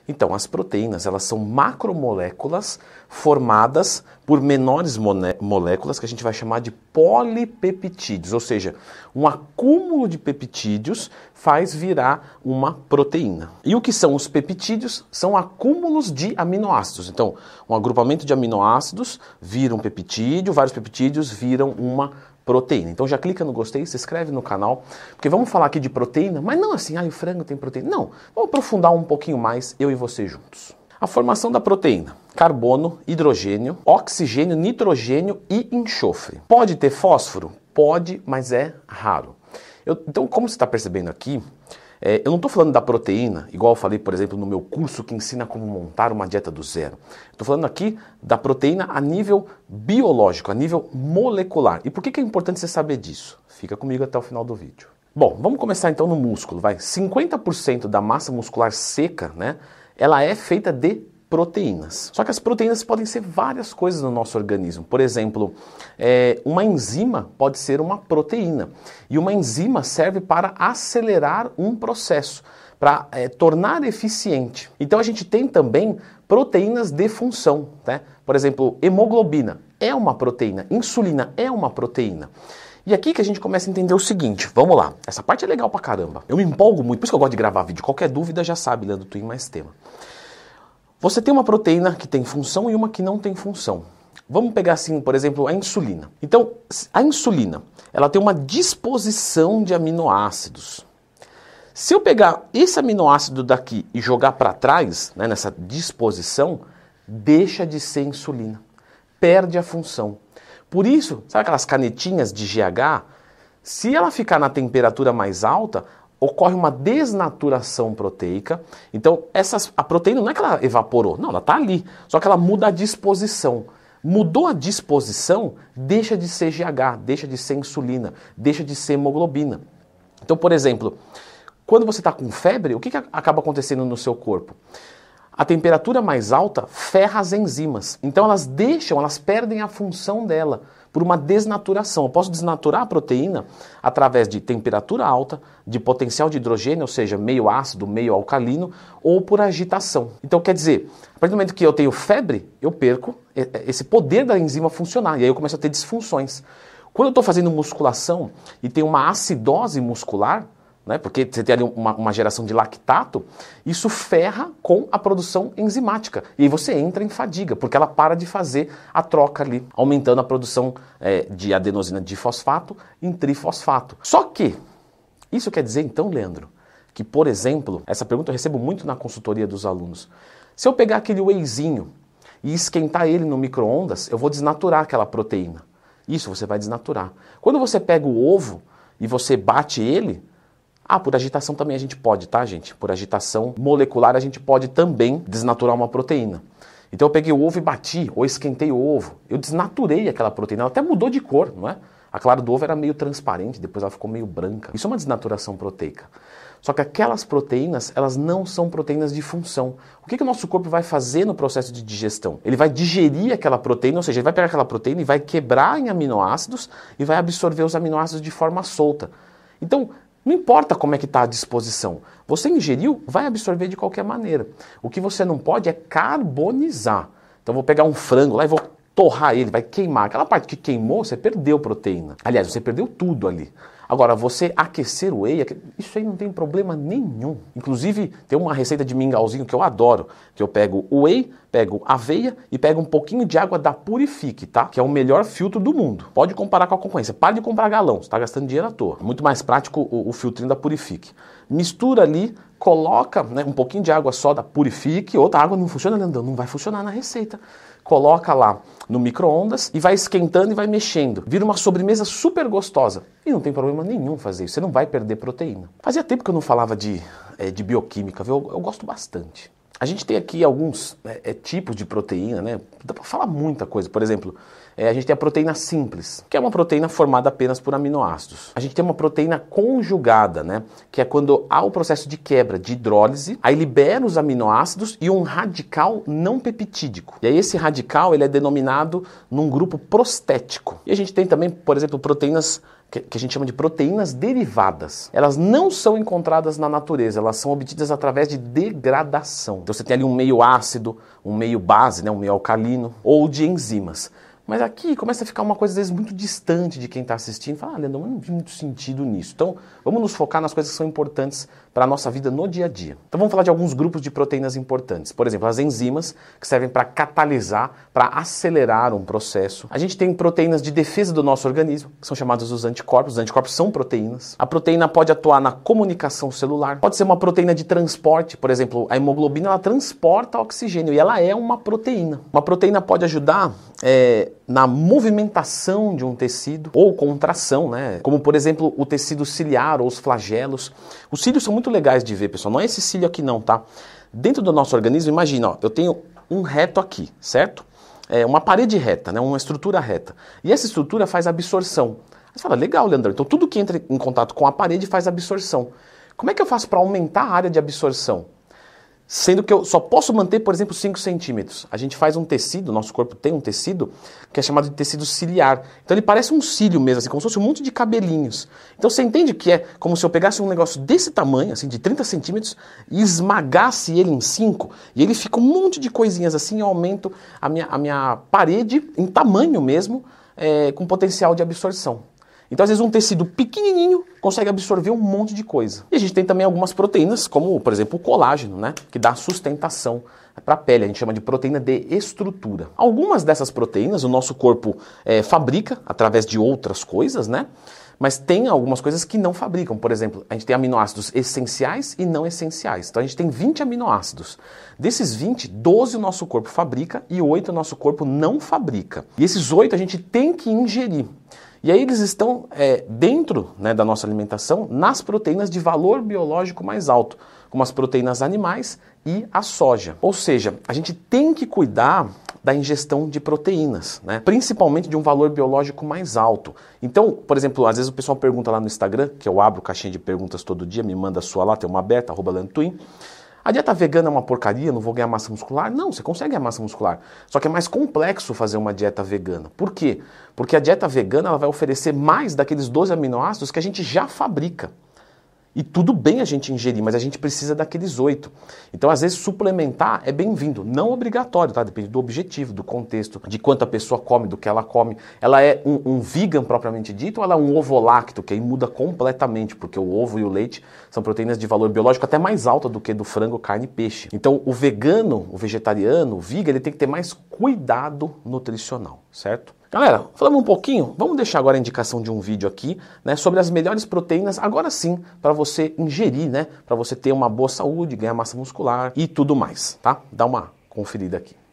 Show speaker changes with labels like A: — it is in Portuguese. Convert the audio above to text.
A: Então, as proteínas, elas são macromoléculas formadas por menores moléculas que a gente vai chamar de polipeptídeos, ou seja, um acúmulo de peptídeos faz virar uma proteína. E o que são os peptídeos? São acúmulos de aminoácidos. Então, um agrupamento de aminoácidos vira um peptídeo, vários peptídeos viram uma proteína. Então já clica no gostei, se inscreve no canal, porque vamos falar aqui de proteína, mas não assim, o frango tem proteína. Não, vamos aprofundar um pouquinho mais, eu e você juntos. A formação da proteína: carbono, hidrogênio, oxigênio, nitrogênio e enxofre. Pode ter fósforo? Pode, mas é raro. Então, como você está percebendo aqui, eu não estou falando da proteína, igual eu falei, por exemplo, no meu curso que ensina como montar uma dieta do zero. Estou falando aqui da proteína a nível biológico, a nível molecular. E por que é importante você saber disso? Fica comigo até o final do vídeo. Bom, vamos começar então no músculo. 50% da massa muscular seca, né, ela é feita de proteínas. Só que as proteínas podem ser várias coisas no nosso organismo. Por exemplo, uma enzima pode ser uma proteína. E uma enzima serve para acelerar um processo, para tornar eficiente. Então a gente tem também proteínas de função, né? Por exemplo, hemoglobina é uma proteína, insulina é uma proteína. E aqui que a gente começa a entender o seguinte, vamos lá, essa parte é legal pra caramba. Eu me empolgo muito, por isso que eu gosto de gravar vídeo. Qualquer dúvida já sabe, Leandro Twin mais tema. Você tem uma proteína que tem função e uma que não tem função. Vamos pegar assim, por exemplo, a insulina. Então, a insulina, ela tem uma disposição de aminoácidos. Se eu pegar esse aminoácido daqui e jogar para trás, né, nessa disposição, deixa de ser insulina. Perde a função. Por isso, sabe aquelas canetinhas de GH? Se ela ficar na temperatura mais alta, ocorre uma desnaturação proteica. Então, a proteína não é que ela evaporou, não, ela está ali. Só que ela muda a disposição. Mudou a disposição, deixa de ser GH, deixa de ser insulina, deixa de ser hemoglobina. Então, por exemplo, quando você está com febre, o que acaba acontecendo no seu corpo? A temperatura mais alta ferra as enzimas. Então elas perdem a função dela por uma desnaturação. Eu posso desnaturar a proteína através de temperatura alta, de potencial de hidrogênio, ou seja, meio ácido, meio alcalino, ou por agitação. Então quer dizer, a partir do momento que eu tenho febre, eu perco esse poder da enzima funcionar. E aí eu começo a ter disfunções. Quando eu estou fazendo musculação e tem uma acidose muscular, né, porque você tem ali uma geração de lactato, isso ferra com a produção enzimática. E aí você entra em fadiga, porque ela para de fazer a troca ali, aumentando a produção de adenosina difosfato em trifosfato. Só que, isso quer dizer então, Leandro, que, por exemplo, essa pergunta eu recebo muito na consultoria dos alunos. Se eu pegar aquele wheyzinho e esquentar ele no micro-ondas, eu vou desnaturar aquela proteína. Isso você vai desnaturar. Quando você pega o ovo e você bate ele, por agitação também a gente pode, tá, gente? Por agitação molecular a gente pode também desnaturar uma proteína. Então eu peguei o ovo e bati, ou esquentei o ovo. Eu desnaturei aquela proteína, ela até mudou de cor, não é? A clara do ovo era meio transparente, depois ela ficou meio branca. Isso é uma desnaturação proteica. Só que aquelas proteínas, elas não são proteínas de função. O que o nosso corpo vai fazer no processo de digestão? Ele vai digerir aquela proteína, ou seja, ele vai pegar aquela proteína e vai quebrar em aminoácidos e vai absorver os aminoácidos de forma solta. Então, não importa como é que está a disposição. Você ingeriu, vai absorver de qualquer maneira. O que você não pode é carbonizar. Então, eu vou pegar um frango lá e vou torrar ele, vai queimar. Aquela parte que queimou, você perdeu proteína. Aliás, você perdeu tudo ali. Agora, você aquecer o whey, isso aí não tem problema nenhum. Inclusive, tem uma receita de mingauzinho que eu adoro, que eu pego o whey, pego aveia e pego um pouquinho de água da Purifique, tá? Que é o melhor filtro do mundo. Pode comparar com a concorrência. Para de comprar galão, você está gastando dinheiro à toa. Muito mais prático o filtrinho da Purifique. Mistura ali, coloca, né, um pouquinho de água só da Purifique, outra água não funciona, Leandrão, não vai funcionar na receita. Coloca lá no micro-ondas e vai esquentando e vai mexendo. Vira uma sobremesa super gostosa. E não tem problema nenhum fazer isso, você não vai perder proteína. Fazia tempo que eu não falava de bioquímica, viu? Eu gosto bastante. A gente tem aqui alguns tipos de proteína, né? Dá para falar muita coisa. Por exemplo, a gente tem a proteína simples, que é uma proteína formada apenas por aminoácidos. A gente tem uma proteína conjugada, né? Que é quando há o processo de quebra, de hidrólise, aí libera os aminoácidos e um radical não peptídico. E aí esse radical ele é denominado num grupo prostético. E a gente tem também, por exemplo, proteínas que a gente chama de proteínas derivadas. Elas não são encontradas na natureza, elas são obtidas através de degradação. Então você tem ali um meio ácido, um meio base, né, um meio alcalino, ou de enzimas. Mas aqui começa a ficar uma coisa, às vezes, muito distante de quem está assistindo. Fala, Leandro, eu não vi muito sentido nisso. Então, vamos nos focar nas coisas que são importantes para a nossa vida no dia a dia. Então, vamos falar de alguns grupos de proteínas importantes. Por exemplo, as enzimas, que servem para catalisar, para acelerar um processo. A gente tem proteínas de defesa do nosso organismo, que são chamados os anticorpos. Os anticorpos são proteínas. A proteína pode atuar na comunicação celular. Pode ser uma proteína de transporte. Por exemplo, a hemoglobina, ela transporta oxigênio e ela é uma proteína. Uma proteína pode ajudar na movimentação de um tecido ou contração, né? Como, por exemplo, o tecido ciliar ou os flagelos. Os cílios são muito legais de ver, pessoal. Não é esse cílio aqui não, tá? Dentro do nosso organismo, imagina, ó, eu tenho um reto aqui, certo? Uma parede reta, né? Uma estrutura reta. E essa estrutura faz absorção. Você fala, legal, Leandro. Então tudo que entra em contato com a parede faz absorção. Como é que eu faço para aumentar a área de absorção? Sendo que eu só posso manter, por exemplo, 5 centímetros. A gente faz um tecido, nosso corpo tem um tecido que é chamado de tecido ciliar. Então ele parece um cílio mesmo, assim, como se fosse um monte de cabelinhos. Então você entende que é como se eu pegasse um negócio desse tamanho, assim, de 30 centímetros, e esmagasse ele em 5, e ele fica um monte de coisinhas assim, e eu aumento a minha parede em tamanho mesmo, com potencial de absorção. Então, às vezes, um tecido pequenininho consegue absorver um monte de coisa. E a gente tem também algumas proteínas, como, por exemplo, o colágeno, né? Que dá sustentação para a pele. A gente chama de proteína de estrutura. Algumas dessas proteínas o nosso corpo fabrica através de outras coisas, né? Mas tem algumas coisas que não fabricam. Por exemplo, a gente tem aminoácidos essenciais e não essenciais. Então a gente tem 20 aminoácidos. Desses 20, 12 o nosso corpo fabrica e 8 o nosso corpo não fabrica. E esses 8 a gente tem que ingerir. E aí eles estão dentro, né, da nossa alimentação nas proteínas de valor biológico mais alto, como as proteínas animais e a soja. Ou seja, a gente tem que cuidar da ingestão de proteínas, né? Principalmente de um valor biológico mais alto. Então, por exemplo, às vezes o pessoal pergunta lá no Instagram, que eu abro caixinha de perguntas todo dia, me manda a sua lá, tem uma aberta, @LeandroTwin. A dieta vegana é uma porcaria, não vou ganhar massa muscular? Não, você consegue ganhar massa muscular. Só que é mais complexo fazer uma dieta vegana. Por quê? Porque a dieta vegana ela vai oferecer mais daqueles 12 aminoácidos que a gente já fabrica. E tudo bem a gente ingerir, mas a gente precisa daqueles 8. Então, às vezes, suplementar é bem-vindo. Não obrigatório, tá? Depende do objetivo, do contexto, de quanto a pessoa come, do que ela come. Ela é um vegan propriamente dito ou ela é um ovolacto, que aí muda completamente, porque o ovo e o leite são proteínas de valor biológico até mais alta do que do frango, carne e peixe. Então, o vegano, o vegetariano, o vegan, ele tem que ter mais cuidado nutricional, certo? Galera, falamos um pouquinho, vamos deixar agora a indicação de um vídeo aqui, né, sobre as melhores proteínas, agora sim, para você ingerir, né, para você ter uma boa saúde, ganhar massa muscular e tudo mais, tá? Dá uma conferida aqui.